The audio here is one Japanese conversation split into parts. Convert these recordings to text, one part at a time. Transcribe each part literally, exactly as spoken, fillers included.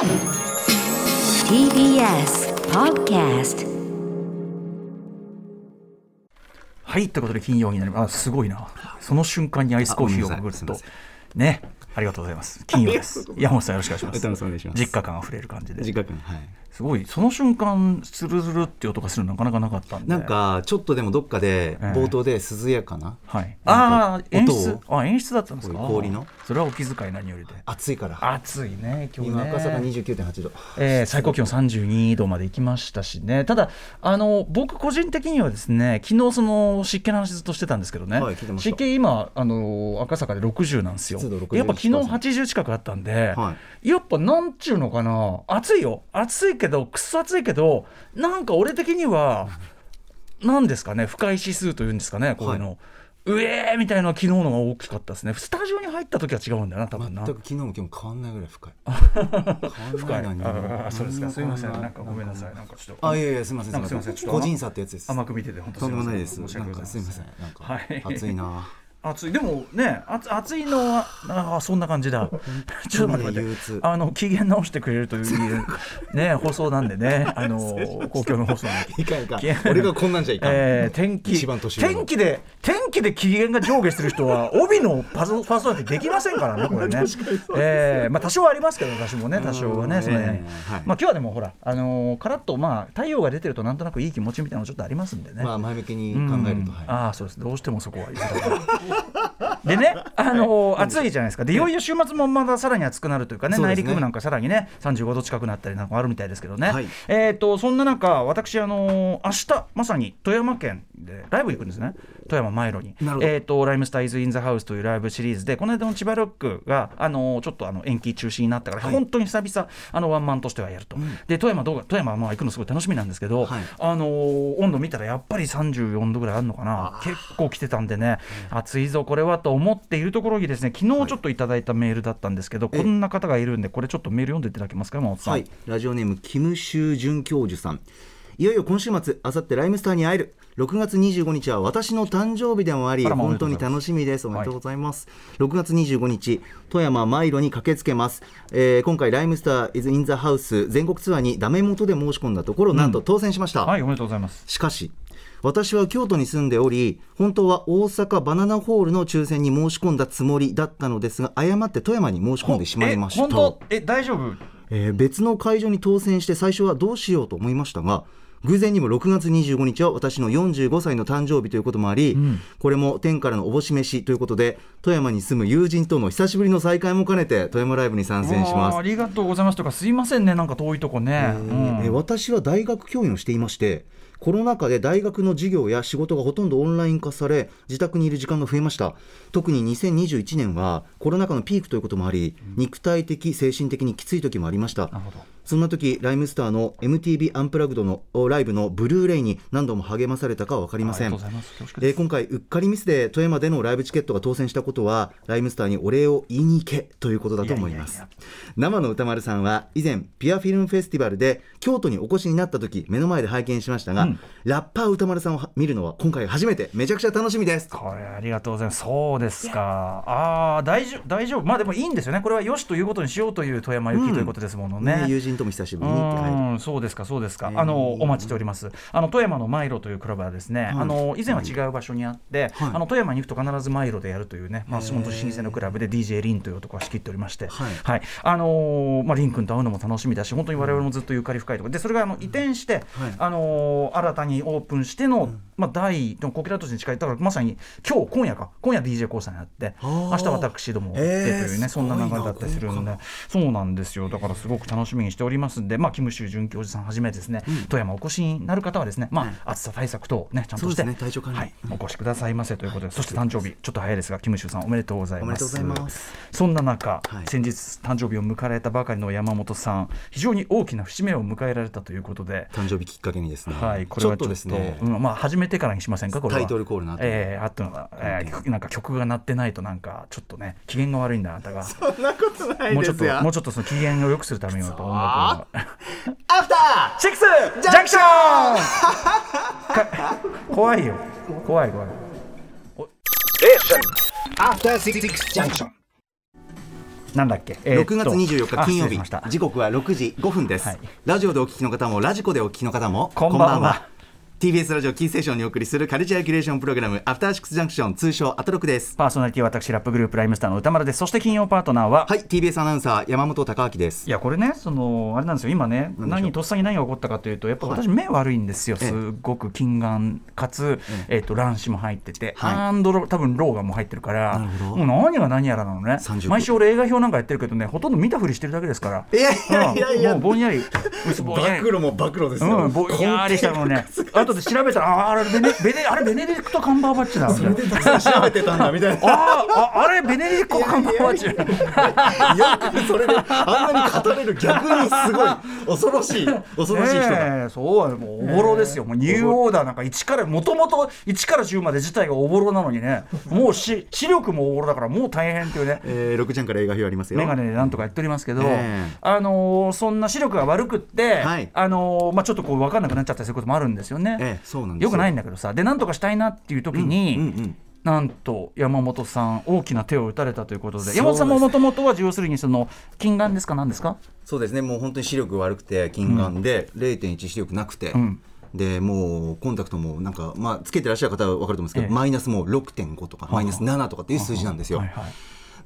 ティービーエス Podcast。はい、ということで金曜になります。あ、すごいな。その瞬間にアイスコーヒーをかぐるとね。ありがとうございます。金曜です。山本さんよろしくお願いします。実家感あふれる感じで。 実家感、はい。 すごいその瞬間スルスルって音がするのなかなかなかったんで、 なんかちょっとでもどっかで冒頭で涼やかな、 えーはい、ああ演出あ演出だったんですか。 氷のそれはお気遣い何よりで。暑いから暑いね今日ね。 今赤坂 にじゅうきゅうてんはちど、 えー、最高気温さんじゅうにどまで行きましたしね。ただあの僕個人的にはですね、昨日その湿気の話ずっとしてたんですけどね、はい、湿気今あの赤坂でろくじゅうなんですよ。やっぱ昨日はちじゅう近くあったんで、はい、やっぱなんちゅうのかな、暑いよ、暑いけどくっそ暑いけど、なんか俺的には何ですかね、不快指数というんですかね、こういうの、はい、うえーみたいな昨日のが大きかったですね。スタジオに入った時は違うんだよな多分な。 全く昨日も今日も変わんないぐらい深い深いな。あ、そうですか、すいません、なんかごめんなさい、なんかちょっとあいやいやすいません、すいません、ちょっと個人差ってやつです。 甘く見てて本当とんでもないです。 申し訳ございません。 すいません、なんか、 はい、 暑いな暑い。でもね、暑暑いのはあそんな感じだ。ちょっと待って待って、あの機嫌直してくれるというね放送なんでね、あの公共の放送なんでいかんいかん、俺がこんなんじゃいかん、 えー、天気天気で天気で機嫌が上下する人は帯のパソパーソナリティできませんからねこれね。えー、まあ多少はありますけど、私もね多少はね、その辺、はい、まあ今日はでもほらあのー、カラッとまあ太陽が出てるとなんとなくいい気持ちみたいなのちょっとありますんでね。 まあ前向きに考えると、はい、 ああそうです、どうしてもそこはでね、あのー、暑いじゃないですか。でいよいよ週末もまださらに暑くなるというかね、内陸部なんかさらにねさんじゅうごど近くなったりなんかあるみたいですけどね、はい、えーとそんな中私、あのー、明日まさに富山県でライブ行くんですね。富山マイロに、えーとライムスターイズインザハウスというライブシリーズで、この間の千葉ロックが、あのー、ちょっとあの延期中止になったから、はい、本当に久々あのワンマンとしてはやると、うん、で富山どうか富山はまあ行くのすごい楽しみなんですけど、はい、あのー、温度見たらやっぱりさんじゅうよんどぐらいあるのかな。結構来てたんでね、うん、暑いぞこれはと思っているところにですね、昨日ちょっといただいたメールだったんですけど、はい、こんな方がいるんで、これちょっとメール読んでいただけますか、山本さん。 はい、ラジオネームキムシュウ准教授さん。いよいよ今週末、あさってライムスターに会える。ろくがつにじゅうごにちは私の誕生日でもあり、本当に楽しみです。おめでとうございます、はい、ろくがつにじゅうごにち富山マイロに駆けつけます、えー、今回ライムスターイズインザハウス全国ツアーにダメ元で申し込んだところ、うん、なんと当選しました。 はい、おめでとうございます。 しかし私は京都に住んでおり、本当は大阪バナナホールの抽選に申し込んだつもりだったのですが、誤って富山に申し込んでしまいました。 え、本当？え、大丈夫？ えー、別の会場に当選して最初はどうしようと思いましたが、偶然にもろくがつにじゅうごにちは私のよんじゅうごさいの誕生日ということもあり、うん、これも天からのおぼし飯ということで、富山に住む友人との久しぶりの再会も兼ねて富山ライブに参戦します。 あ, ありがとうございます。とかすいませんね、なんか遠いとこね、 えーうんえー、私は大学教員をしていまして、コロナ禍で大学の授業や仕事がほとんどオンライン化され、自宅にいる時間が増えました。特ににせんにじゅういちねんはコロナ禍のピークということもあり、うん、肉体的精神的にきつい時もありました。なるほど。そんな時ライムスターの エムティービー アンプラグドのライブのブルーレイに何度も励まされたかは分かりません。えー、今回うっかりミスで富山でのライブチケットが当選したことは、ライムスターにお礼を言いに行けということだと思います。いやいやいや、生の歌丸さんは以前ピアフィルムフェスティバルで京都にお越しになった時目の前で拝見しましたが、うん、ラッパー歌丸さんを見るのは今回初めて、めちゃくちゃ楽しみです。 これありがとうございます。そうですか。ああ、大丈夫大丈夫。まあでもいいんですよね。これはよしということにしようという富山行きということですものね。うんね、 友人とも久しぶりにって入る。 うん、そうですかそうですか、えー、あのお待ちしております。あの富山のマイロというクラブはですね、はい、あの以前は違う場所にあって、はい、あの富山に行くと必ずマイロでやるというね、まあ、本当に老舗のクラブで ディージェー リンという男が仕切っておりまして、はいはい、あのーまあ、リン君と会うのも楽しみだし、本当に我々もずっとゆかり深いところで、それがあの移転して、はい、あのー、新たにオープンしての、うん、まあ、第コキラ都市に近い、だからまさに今日今夜か今夜 ディージェー コーさんやって、明日私ども行ってというね、そんな流れだったりするんで、そうなんですよ。だからすごく楽しみにしておりますんで、まあ、キムシュウ准教授さんはじめですね、うん、富山お越しになる方はですね、まあ、はい、暑さ対策等ねちゃんとして、 ね、体調管理、はい、 お越しくださいませということで、はい、そして誕生日ちょっと早いですがキムシュウさんおめでとうございます。 おめでとうございます。 そんな中、 はい、 先日誕生日を迎えられたばかりの山本さん、非常に大きな節目を迎えられたということで、 誕生日きっかけにですね、 はい、これはちょっとですね、うん、まあ、始めてからにしませんか。これはタイトルコールの後、 えー、あと、えー、なんか曲が鳴ってないとなんかちょっとね機嫌が悪いんだあなたが。 そんなことないですよ。もうちょっともうちょっとその機嫌を良くするためには音楽をアフターシックスジャンクション怖いよ怖い怖い。 アフターシックスジャンクション。 なんだっけ、 えー、ろくがつにじゅうよっか金曜日、時刻はろくじごふんです、はい、ラジオでお聞きの方もラジコでお聞きの方もこんばんは。 ティービーエス ラジオキーステーションにお送りするカルチャーキュレーションプログラムアフターシックスジャンクション、通称アトロクです。 パーソナリティは私ラップグループライムスターの歌丸です。そして金曜パートナーは、 はい、ティービーエス アナウンサー山本貴明です。 いやこれね、そのあれなんですよ、今ね、何とっさに何が起こったかというと、やっぱ私目悪いんですよ、はい、すごく近眼かつ、えー、と卵子も入ってて、はい、アンドロ多分老眼も入ってるから、もう何が何やらなのね。毎週俺映画表なんかやってるけどね、ほとんど見たふりしてるだけですから。 いやいやいやいや、 もうぼんやり暴露も暴露ですよ、 うん、ぼんやりしたのね。後で調べたら、ああれベネベネあれベネディクトカンバーバッチだ、 それでたくさん調べてたんだみたいな。 ああ、あれベネディクトカンバーバッチよくそれであんなに語れる、逆にすごい恐ろしい恐ろしい人だ、 ね、そうもうおぼろですよ、もうニューオーダーなんかいちからもともといちからじゅうまで自体がおぼろなのにね、もうし視力もおぼろだからもう大変っていうね、 えー、ろくちゃんから映画表ありますよ。 メガネでなんとかやっておりますけど、えー、あのー、そんな視力が悪くって、はい、あのーまあ、ちょっとこう分かんなくなっちゃったりすることもあるんですよね、 えー、そうなんですよ。 よくないんだけどさ、でなんとかしたいなっていう時に、うんうんうん、なんと山本さん大きな手を打たれたということで、山本さんももともとは要するにその近眼ですか、何ですか。 そうですね、もう本当に視力悪くて近眼で、うん、れいてんいち 視力なくて、うん、でもうコンタクトもなんか、まあ、つけてらっしゃる方は分かると思うんですけど、ええ、マイナスも ろくてんご とかマイナスななとかっていう数字なんですよ、はいはい、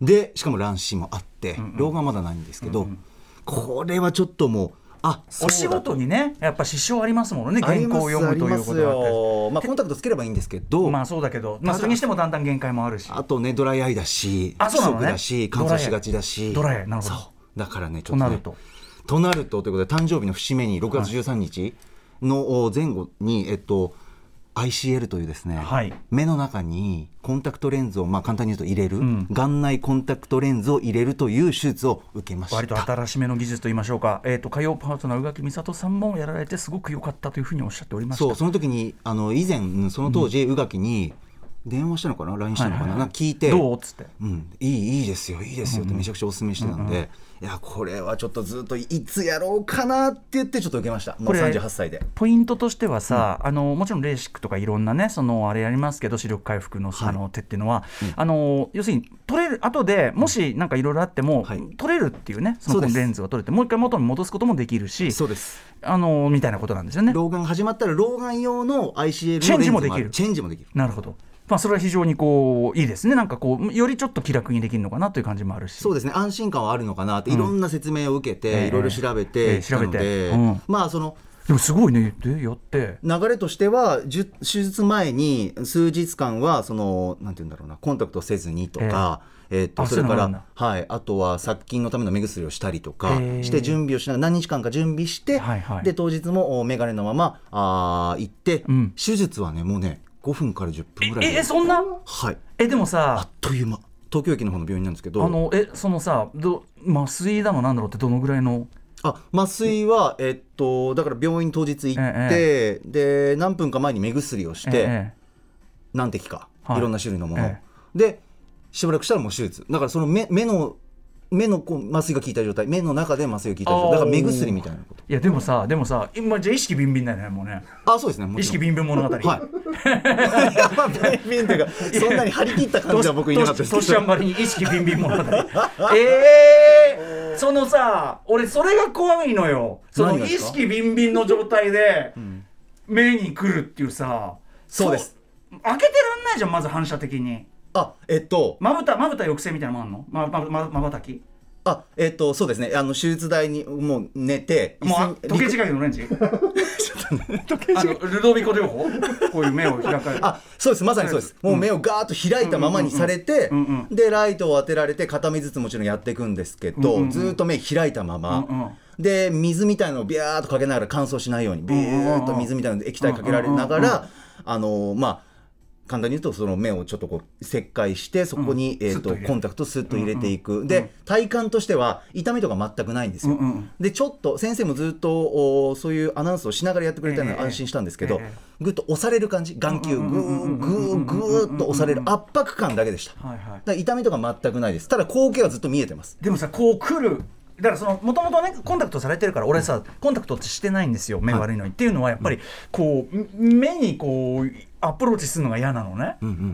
でしかも卵子もあって、うんうん、老眼まだないんですけど、うんうん、これはちょっともうあお仕事にねやっぱ支障ありますもんね、原稿を読むということがあって、 まあ、コンタクトつければいいんですけど、 まあそうだけど、まあ、それにしてもだんだん限界もあるし、 あとねドライアイだし、不足だし、乾燥しがちだし、 ドライアイ、なるほど。 そうだからね、ちょっとね、 となるととなるとということで、誕生日の節目にろくがつじゅうさんにちの前後に、えっとアイシーエル というですね、はい、目の中にコンタクトレンズを、まあ、簡単に言うと入れる、うん、眼内コンタクトレンズを入れるという手術を受けました。 割と新しめの技術と言いましょうか、えーと、火曜パートナー宇垣美里さんもやられてすごく良かったというふうにおっしゃっておりました。 そう、その時にあの以前その当時、うん、宇垣に電話したのかな ライン したのかな、はいはいはい、聞いてどうっつって、 うん、いいいいですよいいですよってめちゃくちゃお勧めしてたんで、うんうん、いやこれはちょっとずっといつやろうかなって言ってちょっと受けました。もうさんじゅうはっさいで。 ポイントとしてはさ、うん、あのもちろんレーシックとかいろんなねそのあれやりますけど、視力回復のあの手っていうのは、はい、あの要するに取れる後でもしなんかいろいろあっても、はい、取れるっていうね、そのレンズが取れてもう一回元に戻すこともできるし、 そうですあのみたいなことなんですよね。 老眼始まったら老眼用の アイシーエルのレンズもできる。 チェンジもできる。 なるほど。まあ、それは非常にこういいですね。なんかこうよりちょっと気楽にできるのかなという感じもあるし、 そうですね、安心感はあるのかなって、いろんな説明を受けて、うん、いろいろ調べてきたので、えーえー調べて、うん、まあそのでもすごいね、でやって流れとしては手術前に数日間はそのなんていうんだろうな、コンタクトせずにとか、えーえー、とそれから、はい、あとは殺菌のための目薬をしたりとかして準備をしながら何日間か準備して、はいはい、で当日も眼鏡のままあ行って、うん、手術はねもうねごふんからじゅっぷんぐらいで。 ええそんな、 はい、 えでもさあっという間、東京駅の方の病院なんですけど、 あのえそのさど麻酔だのなんだろうってどのぐらいの。 あ麻酔は、えっと、だから病院当日行って、ええ、で何分か前に目薬をして、ええ、何滴か、はい、いろんな種類のもの、ええ、でしばらくしたらもう手術だから、その 目, 目の目のこう麻酔が効いた状態、目の中で麻酔が効いた状態だから目薬みたいなこと。 いやでもさでもさ今じゃあ意識ビンビンだよねもうね。 あそうですね、もちろん意識ビンビン物語。はいまあビンビンというかそんなに張り切った感じは僕いなかったですけど、 トシちゃんばりに意識ビンビン物語えーそのさ俺それが怖いのよ、その意識ビンビンの状態で目に来るっていうさ、 そうです、 開けてらんないじゃんまず反射的に。 あえっとまぶたまぶた抑制みたいなのもあるの、ままままばたき。 あえっとそうですね、あの手術台にもう寝て、 もう時計違いのレンジちょっとね時計違い、あのルドビコ療法こういう目を開かれる。 あそうです、まさにそうです、もう目をガーッと開いたままにされて、でライトを当てられて片目ずつもちろんやっていくんですけど、うんうんうん、ずーっと目開いたまま、うんうん、で水みたいなのをビャーっとかけながら乾燥しないようにビューっと水みたいなの液体かけられながら、うんうんうん、あのまあ簡単に言うとその目をちょっとこう切開してそこに、うん、えー、とコンタクトスッと入れていく、うんうん、で体感としては痛みとか全くないんですよ、うんうん、でちょっと先生もずっとそういうアナウンスをしながらやってくれたので安心したんですけど、えー、ぐっと押される感じ、眼球グーグーグーっと押される圧迫感だけでした、はいはい、だから痛みとか全くないです。ただ光景はずっと見えてます。 でもさこう来るだからそのもともとねコンタクトされてるから俺さ、うん、コンタクトってしてないんですよ、目悪いのに、はい、っていうのはやっぱりこう目にこうアプローチするのが嫌なのね、うんうんうん、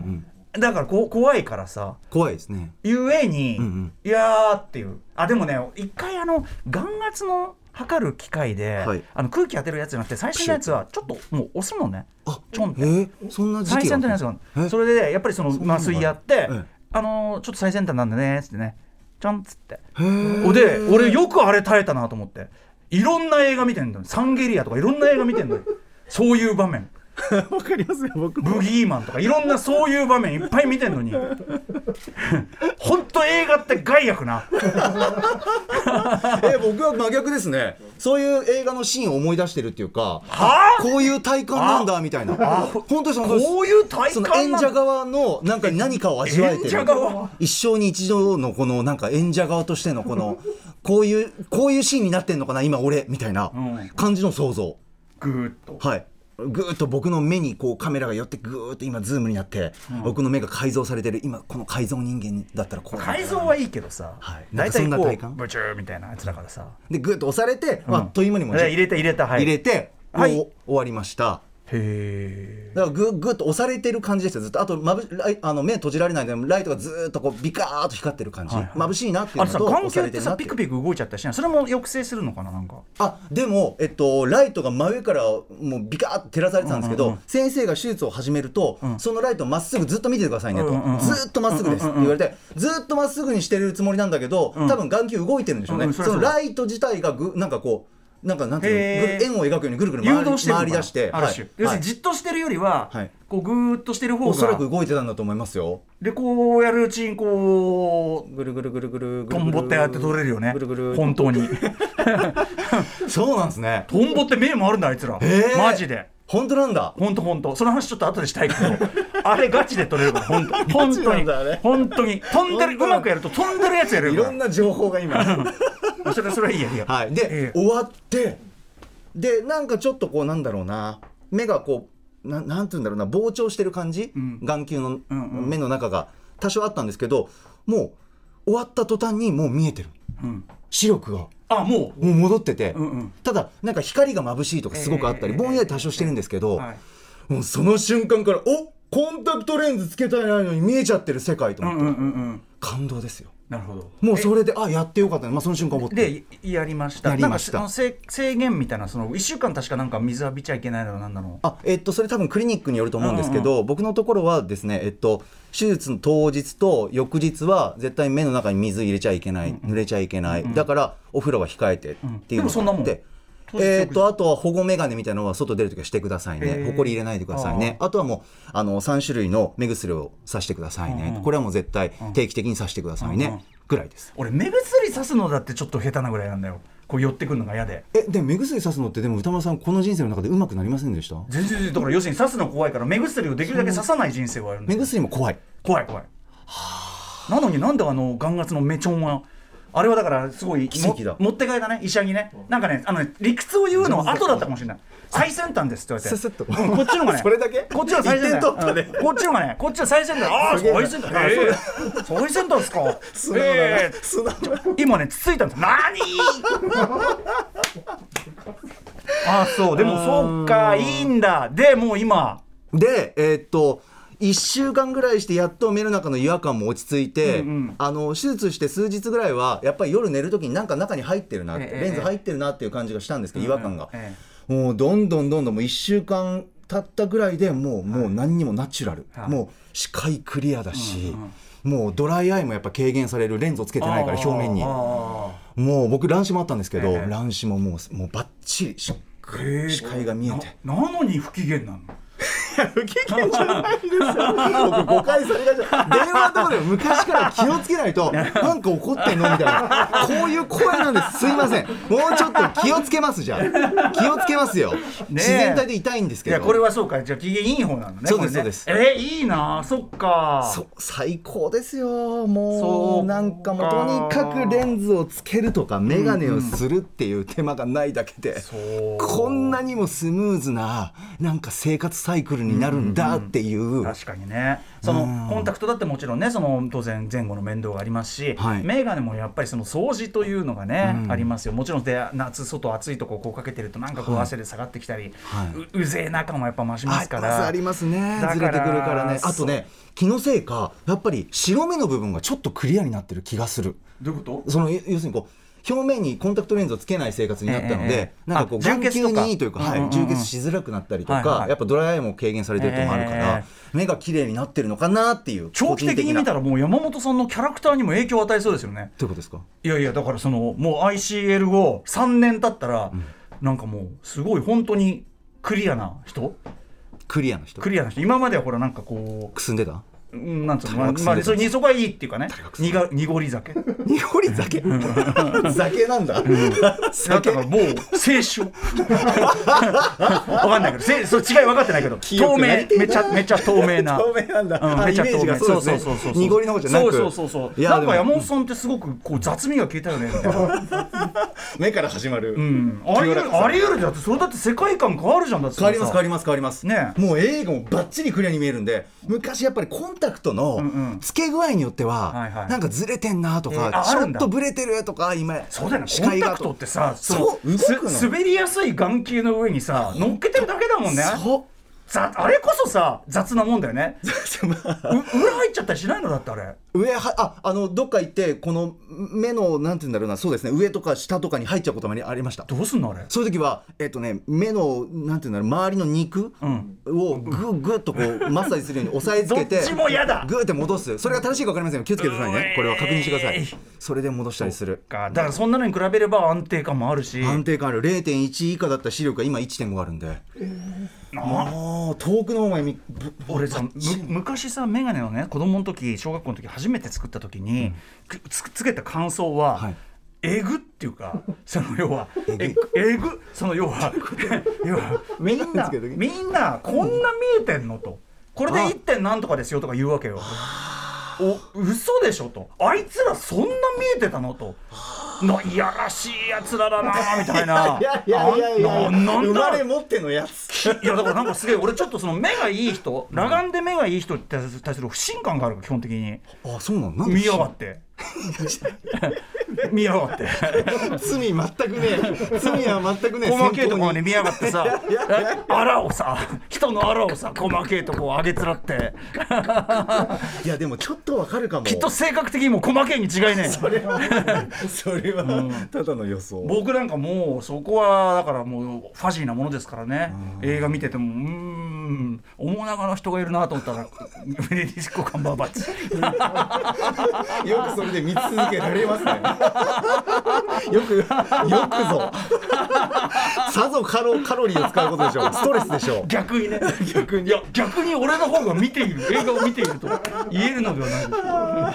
だからこ怖いからさ、 怖いですね。 ゆえに、 うんうん、 いやーっていう。あでもね一回あの眼圧の測る機械で、はい、あの空気当てるやつじゃなくて最新のやつはちょっともう押すのね、 あちょんって、 えー、そんな時期最先端のやつがそれで、ね、やっぱりその麻酔やって、ええ、あのー、ちょっと最先端なんでねっつってねちょんっつってで俺よくあれ耐えたなと思って、いろんな映画見てんの、サンゲリアとかいろんな映画見てんのよそういう場面わかりますよ僕も。 ブギーマンとかいろんなそういう場面いっぱい見てんのに本当映画って害悪なえ僕は真逆ですね。そういう映画のシーンを思い出してるっていうか、 はこういう体感なんだみたいな、本当にそのこういう体感その演者側のなんか何かを味わえてる、一生に一度のこのなんか演者側としてのこのこういうこういうシーンになってんのかな今俺みたいな感じの想像、 ぐーっとはいぐーっと僕の目にこうカメラが寄ってぐーっと今ズームになって、うん、僕の目が改造されてる今この改造人間だったらこう改造はいいけどさ、 はい、 大体こうブチューみたいなやつだからさでぐーっと押されて、うん、あっという間にも入れて入れた、はい、 入れて、はい、終わりました。 へだからぐぐっと押されてる感じですよずっと。あとまぶあの目閉じられないでライトがずっとこうビカーッと光ってる感じ、はいはい、眩しいなっていうのと眼球ってさピクピク動いちゃったりしない？それも抑制するのかな。なんかあでも、えっと、ライトが真上からもうビカーッと照らされてたんですけど、うんうんうん、先生が手術を始めると、うん、そのライトをまっすぐずっと見ててくださいねと、うんうんうん、ずっとまっすぐですって言われて、ずっとまっすぐにしてるつもりなんだけど、うん、多分眼球動いてるんでしょうね、うんうん、そ, そのライト自体がぐなんかこうなんかなんていうの円を描くようにぐるぐる回 り, 回り出してある種、はい、要するにじっとしてるよりは、はい、こうぐーっとしてる方がおそらく動いてたんだと思いますよ。 でこうやるうちにこうぐるぐるぐるぐるトンボってやって取れるよね。ぐるぐる本当にそうなんですね。 トンボって目回るんだあいつら、マジで本当なんだ。 本当本当その話ちょっと後でしたいけどあれガチで取れるから本当本当に本当に飛んでるうまくやると飛んでるやつやるいろんな情報が今それそれはいいやいいや、 はい、で、えー、終わってでなんかちょっとこうなんだろうな目がこう な, なんていうんだろうな膨張してる感じ、うん、眼球の目の中が多少あったんですけど、もう終わった途端にもう見えてる、うん、視力があもうもう戻ってて、うんうん、ただなんか光が眩しいとかすごくあったり、えー、ぼんやり多少してるんですけど、えーはい、もうその瞬間からおコンタクトレンズつけたいないのに見えちゃってる世界と思って、うんうんうんうん、感動ですよ。 なるほど。 もうそれであやってよかったね、まあ、その瞬間思ってでやりました。 やりました。 なんか制限みたいなそのいっしゅうかん確かなんか水浴びちゃいけないのなんだろう。 あえっとそれ多分クリニックによると思うんですけど、うんうん、僕のところはですねえっと手術の当日と翌日は絶対目の中に水入れちゃいけない、うんうん、濡れちゃいけない、うんうん、だからお風呂は控えてっていうのがあって、うんえー、とあとは保護メガネみたいなのは外出るときはしてくださいね、ほこり入れないでくださいね、 あ, あとはもうあのさん種類の目薬をさしてくださいね、うん、これはもう絶対定期的にさしてくださいね、うんうん、ぐらいです。 俺目薬さすのだってちょっと下手なぐらいなんだよ、こう寄ってくるのが嫌で。 えで目薬さすのってでも歌丸さんこの人生の中でうまくなりませんでした？ 全然だから要するにさすの怖いから目薬をできるだけささない人生はあるんです。 目薬も怖い怖い怖いはなのになんであの眼圧のメチョンはあれはだからすごい奇跡だ持って帰ったね医者にね、なんかねあのね理屈を言うのは後だったかもしれない。最先端ですって言われて、ススッと、うん、こっちのがねそれだけこっちの最先端、ね、こっちのがねこっちの最先端、ああ最先端、えー、最先端ですかえー、今ねつついたんです。何あそうでもそうかいいんだ。でもう今でえー、っといっしゅうかんぐらいしてやっと目の中の違和感も落ち着いて、うんうん、あの手術して数日ぐらいはやっぱり夜寝るときになんか中に入ってるなって、ええ、レンズ入ってるなっていう感じがしたんですけど、違和感が、ええ、もうどんどんどんどんもういっしゅうかん経ったぐらいでもう、はい、もう何にもナチュラル、はい、もう視界クリアだし、うんうん、もうドライアイもやっぱ軽減される、レンズをつけてないから表面にもう僕乱視もあったんですけど、ええ、乱視ももう、もうバッチリしっかり視界が見えて、 な, なのに不機嫌なの不機嫌じゃないですよ僕誤解されがちゃ電話とかでも昔から気をつけないとなんか怒ってんのみたいなこういう声なんです。すいませんもうちょっと気をつけますじゃあ気をつけますよ、ね、自然体で痛いんですけど。 いやこれはそうか、じゃあ機嫌いい方なのね。 そうです、ね、そうです。 えー、いいなそっかそ最高ですよ。もうなんかもうとにかくレンズをつけるとかメガネをするっていう手間がないだけで、うんうん、こんなにもスムーズななんか生活サイクルルになるんだっていう、うんうんうん、 確かにね。そのコンタクトだってもちろんね、その当然前後の面倒がありますし、はい、メガネもやっぱりその掃除というのがね、うん、ありますよ。もちろんで夏外暑いとここうかけてるとなんかこう汗で下がってきたり、はい、う, うぜえ中もやっぱ増しますから。 ありますね。ずれてくるからね。あとね、気のせいかやっぱり白目の部分がちょっとクリアになってる気がする。 どういうこと？ その要するにこう表面にコンタクトレンズをつけない生活になったので、えー、なんかこう眼球にいいというか、はい、充血しづらくなったりとか、はいはい、やっぱドライアイも軽減されてるともあるから、えー、目が綺麗になってるのかなっていう。 長期的に見たらもう山本さんのキャラクターにも影響を与えそうですよね。 どういうことですか？ いやいやだからそのもう アイシーエル をさんねん経ったら、うん、なんかもうすごい本当にクリアな人クリアな人クリアな人今まではほらなんかこうくすんでたなんつうの、まあ、まあ、それにそこがいいっていうかね、にが濁り酒濁り酒酒なんだ、うん、 だからもう清酒分かんないけどせそ違い分かってないけど透明めちゃめちゃ透明な透明なんだ、 うん、めちゃ透明そうそうそうそう濁りの方じゃなくそうそうそうそうなんか山本さんってすごくこう雑味が消えたよねみたいな目から始まる、 うん、あり得るあり得るだってそれだって世界観変わるじゃんだって変わります変わります変わります、 ね、 もう映画もバッチリクリアに見えるんで昔やっぱりコンタクトの付け具合によっては、うんうん、なんかずれてんなとか、えー、ちょっとブレてるとか今そうだよねコンタクトってさそうす滑りやすい眼球の上にさ乗っけてるだけだもんね。そうあれこそさ雑なもんだよね裏入っちゃったりしないのだってあれ上はああのどっか行ってこの目のなんて言うんだろうなそうですね上とか下とかに入っちゃうこともありました。 どうすんのあれそういう時はえっとね目のなんて言うんだろう周りの肉をグッグッとこうマッサージするように押さえつけてどっちも嫌だグーって戻す。それが正しいか分かりませんよ気をつけてくださいね。これは確認してください。それで戻したりするかだからそんなのに比べれば安定感もあるし安定感ある れいてんいち 以下だった視力が今 いってんご あるんで、えー、もう遠くの方まで俺さ昔さメガネをね子供の時小学校の時初めて作った時に、うん、つ, つけた感想は、はい、えぐっていうかその要はええぐその要は要はみんなみんなこんな見えてんのとこれで いってん なんとかですよとか言うわけよ。お嘘でしょとあいつらそんな見えてたのとないやらしいやつらだなみたいな。 いやいやいやいや生まれ持ってのやついやだからなんかすげえ俺ちょっとその目がいい人裸眼で目がいい人に対する不信感があるから基本的に。 あそうなんなん見やがって見やがって罪全くね罪は全くね細けいとこまで見やがってさあらをさ人のあらをさ細けいとこを上げつらっていやでもちょっとわかるかも。 きっと性格的にも細けいに違いねえそれはそれはただの予想、 うん、僕なんかもうそこはだからもうファジーなものですからね。映画見ててもうーん面長の人がいるなと思ったらベネディスコ・カンバーバッチよくそれで見続けられますねよくよくぞさぞカロ、カロリーを使うことでしょう。ストレスでしょう。 逆にね逆にいや逆に俺の方が見ている映画を見ていると言えるのではないでしょう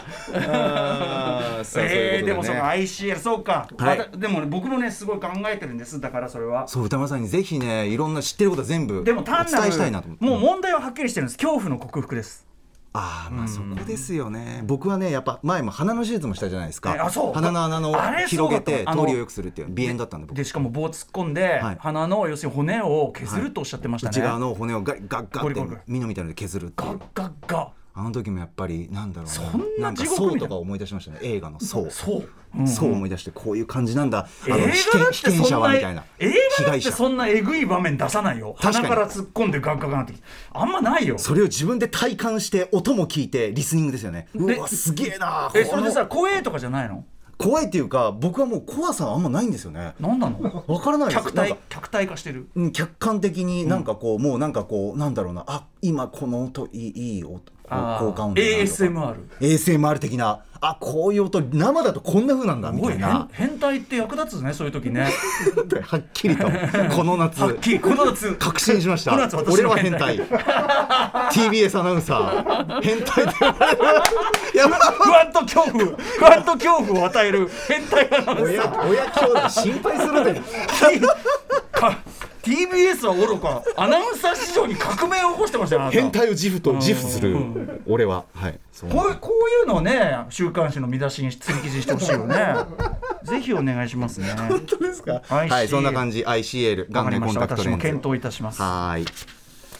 あそうそういうことでね、えー、でもその アイシーエル そうか、はい、でも、ね、僕もねすごい考えてるんです。だからそれはそう歌丸さんにぜひねいろんな知ってることは全部お伝えしたいなと思って。 もう問題ははっきりしてるんです。恐怖の克服です。 あまあそこですよね。僕はねやっぱ前も鼻の手術もしたじゃないですか。 あそう鼻の穴の広げて通りを良くするっていう鼻炎だったんで僕でしかも棒突っ込んで、はい、鼻の要するに骨を削るとおっしゃってましたね、 はい、内側の骨をガッガッガッってミノみたいなので削るっていうガッガッガッあの時もやっぱりなんだろうな、 そんな地獄みたいな、 なんかそうとか思い出しましたね。映画のそうそう、 うん、そう思い出してこういう感じなんだ。 あの被験者はみたいな映画だってそんなえぐい場面出さないよ。鼻から突っ込んでガッガッガッってあんまないよ。 それを自分で体感して音も聞いてリスニングですよね。うわすげえな。 えそれでさ怖えとかじゃないの？ 怖いっていうか僕はもう怖さはあんまないんですよね。 なんなの？ わからないです。 客体客体化してる。 うん客観的になんかこう、うん、もうなんかこうなんだろうなあ今この音いいいい音効果音だなとか エーエスエムアール エーエスエムアール 的なあこういう音生だとこんな風なんだみたいな。 変態って役立つねそういう時ねはっきりとこの夏はっきりこの夏確信しました。俺は変態ティービーエス アナウンサー変態で不安と恐怖不安と恐怖を与える変態アナウンサー。 親兄弟心配するでティービーエス はおろかアナウンサー史上に革命を起こしてましたよ。 変態を自負と自負する俺は、はい、そうこういう、こういうのをね週刊誌の見出しに釣り記事してほしいよねぜひお願いしますね。 本当ですか。はいそんな感じ アイシーエル 眼内コンタクトレンズ私も検討いたします。 はい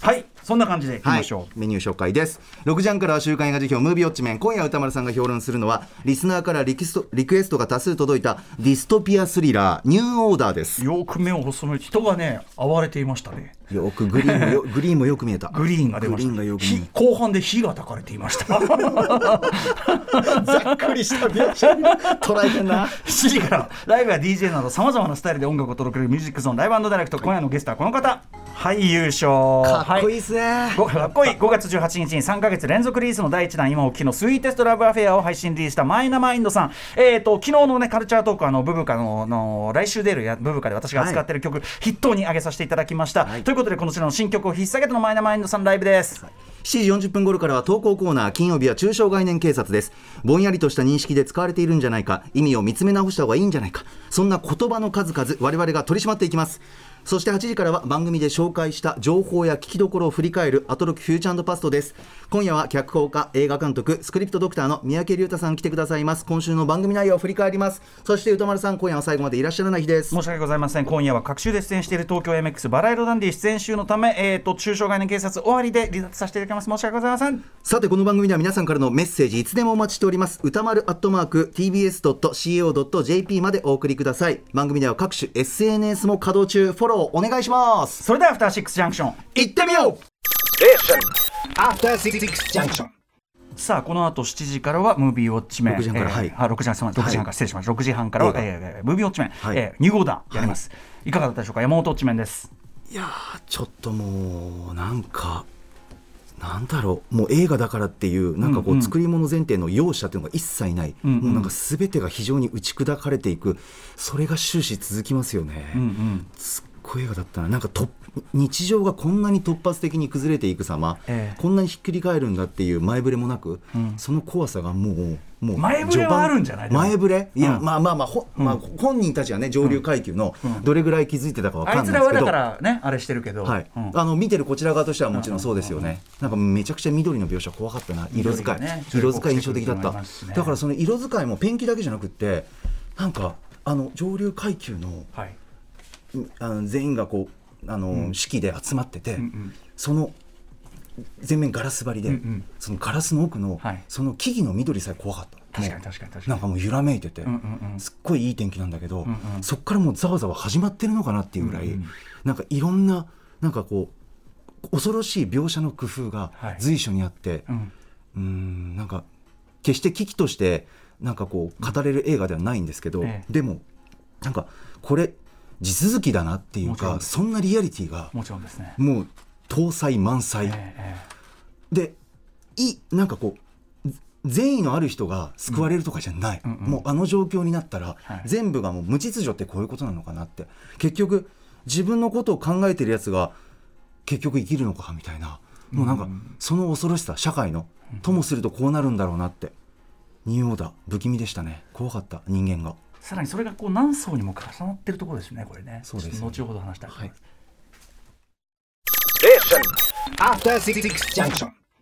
はい、そんな感じでいきましょう、 はい、メニュー紹介です。ろくじはんからは週刊映画辞表ムービーウォッチメン。今夜歌丸さんが評論するのはリスナーからリクエスト、リクエストが多数届いたディストピアスリラーニューオーダーです。 よく目を細める人がね暴れていましたね。 よくグリーンもよグリーンもよく見えた。 グリーンが出ました。 グリーンがよく見えた。後半で火が焚かれていました。 ざっくりした描写捉えてんな。 しちじからライブや ディージェー などさまざまなスタイルで音楽を届けるミュージックゾーンライブ&ダイレクト。今夜のゲストはこの方。はい、優勝。 かっこいいっすね、 はい、かっこいい。ごがつじゅうはちにちにさんかげつ連続リリースのだいいちだん今をきのスイーテストラブアフェアを配信リリースしたマイナマインドさん。えーと昨日のねカルチャートークあのブブカ の, の来週出るやブブカで私が扱っている曲、はい、筆頭に上げさせていただきました、はい、ということでこのちらの新曲を引っ提げてのマイナマインドさんライブです、はい。 しちじよんじゅっぷん頃からは投稿コーナー。金曜日は中小概念警察です。ぼんやりとした認識で使われているんじゃないか、意味を見つめ直した方がいいんじゃないか、そんな言葉の数々我々が取り締まっていきます。そしてはちじからは番組で紹介した情報や聞きどころを振り返るアトロックフューチャー&パストです。今夜は脚本家、映画監督、スクリプトドクターの三宅龍太さん来てくださいます。今週の番組内容を振り返ります。そして歌丸さん、今夜は最後までいらっしゃらない日です。 申し訳ございません。今夜は各週で出演している東京 エムエックス バラ色ダンディ出演週のため、えーと中小概念警察終わりで離脱させていただきます。申し訳ございません。 さてこの番組では皆さんからのメッセージいつでもお待ちしております。歌丸アットマーク ティービーエスドットシーオードットジェーピー までお送りください。番組では各種 エスエヌエス も稼働中。フォローお願いします。 それではアフターシックスジャンクション行ってみよう。 アフターシックスジャンクション。 さあこの後しちじからはムービーウォッチメン。 ろくじはんから、 えー、 はい、 あろくじはんから、ろくじはんから失礼しました。ろくじはんからは、えー、ムービーウォッチメン、 はい、 えー、ニューオーダーやります、はい、いかがだったでしょうか。山本ウォッチメンです。 いやーちょっともうなんかなんだろう、もう映画だからっていうなんかこう作り物前提の容赦というのが一切ない、うんうん、もうなんか全てが非常に打ち砕かれていく、それが終始続きますよね、うんうん、すっごい映画だったな。なんかと日常がこんなに突発的に崩れていく様、ええ、こんなにひっくり返るんだっていう前触れもなく、うん、その怖さがもうもう前触れはあるんじゃない。 前触れいや、うん、まあまあまあ、ほうんまあ、本人たちはね上流階級のどれぐらい気づいてたか分かんないですけど、 あいつらはだからねあれしてるけど、 はいうん、あの見てるこちら側としてはもちろんそうですよね、うんうんうん、なんかめちゃくちゃ緑の描写怖かったな。色使い、ね、色使い印象的だった、ね、だからその色使いもペンキだけじゃなくってなんかあの上流階級の、はい、あの全員がこうあの、うん、式で集まってて、うんうん、その全面ガラス張りで、うんうん、そのガラスの奥の、はい、その木々の緑さえ怖かった。 確かに確かに確かになんかもう揺らめいてて、うんうんうん、すっごいいい天気なんだけど、うんうん、そっからもうざわざわ始まってるのかなっていうぐらい、うんうん、なんかいろんななんかこう恐ろしい描写の工夫が随所にあって、はいうん、うーんなんか決して危機としてなんかこう語れる映画ではないんですけど、うんええ、でもなんかこれ地続きだなっていうか、そんなリアリティがもちろんですね、 もう搭載満載、えー、でいなんかこう善意のある人が救われるとかじゃない、うんうんうん、もうあの状況になったら、はい、全部がもう無秩序ってこういうことなのかなって、結局自分のことを考えてるやつが結局生きるのかみたいな、もうなんかその恐ろしさ、社会のともするとこうなるんだろうなって、ニューオーダー不気味でしたね。怖かった人間が。 さらにそれがこう何層にも重なってるところですねこれね。 そうですね、 後ほど話したいと思います。 After Six Junction.